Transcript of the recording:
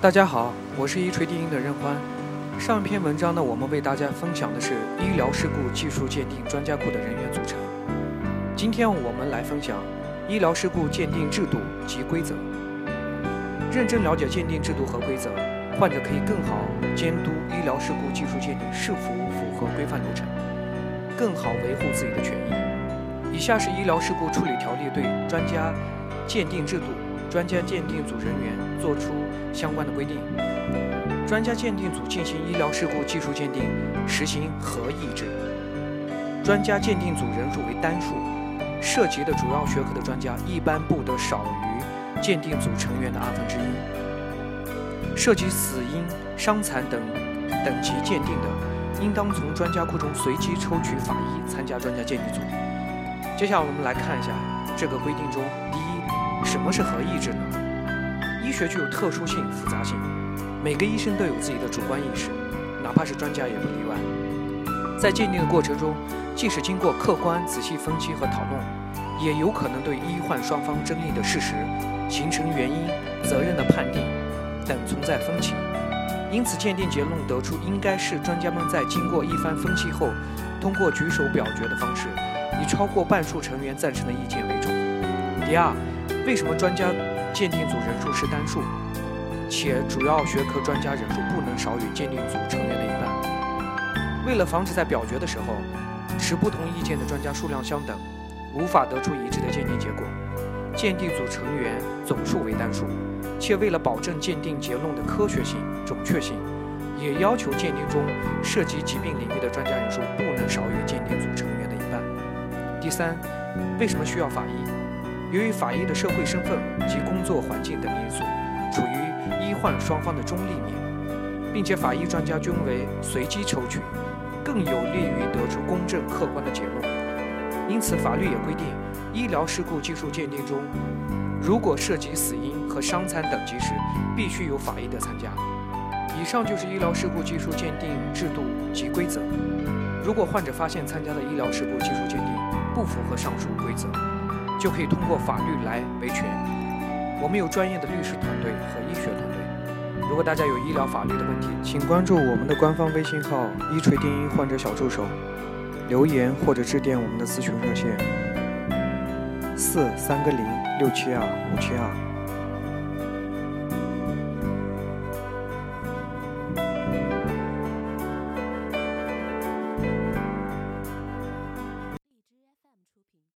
大家好，我是一锤定音的任欢。上篇文章呢，我们为大家分享的是医疗事故技术鉴定专家库的人员组成。今天我们来分享医疗事故鉴定制度及规则。认真了解鉴定制度和规则，患者可以更好监督医疗事故技术鉴定是否符合规范流程，更好维护自己的权益。以下是医疗事故处理条例对专家鉴定制度、专家鉴定组人员作出相关的规定。专家鉴定组进行医疗事故技术鉴定，实行合议制。专家鉴定组人数为单数，涉及的主要学科的专家一般不得少于鉴定组成员的1/2。涉及死因、伤残等等级鉴定的，应当从专家库中随机抽取法医参加专家鉴定组。接下来我们来看一下这个规定中，第一，什么是合议制呢？医学具有特殊性、复杂性，每个医生都有自己的主观意识，哪怕是专家也不例外。在鉴定的过程中，即使经过客观仔细分析和讨论，也有可能对医患双方争议的事实、形成原因、责任的判定等存在分歧。因此，鉴定结论得出应该是专家们在经过一番分析后，通过举手表决的方式，以超过半数成员赞成的意见为准。第二，为什么专家鉴定组人数是单数，且主要学科专家人数不能少于鉴定组成员的一半？为了防止在表决的时候，持不同意见的专家数量相等，无法得出一致的鉴定结果，鉴定组成员总数为单数，且为了保证鉴定结论的科学性、准确性，也要求鉴定中涉及疾病领域的专家人数不能少于鉴定组成员的一半。第三，为什么需要法医？由于法医的社会身份及工作环境等因素，处于医患双方的中立面，并且法医专家均为随机抽取，更有利于得出公正客观的结论。因此，法律也规定，医疗事故技术鉴定中，如果涉及死因和伤残等级时，必须有法医的参加。以上就是医疗事故技术鉴定制度及规则。如果患者发现参加的医疗事故技术鉴定不符合上述规则，就可以通过法律来维权。我们有专业的律师团队和医学团队。如果大家有医疗法律的问题，请关注我们的官方微信号“一锤定音患者小助手”，留言或者致电我们的咨询热线430672572。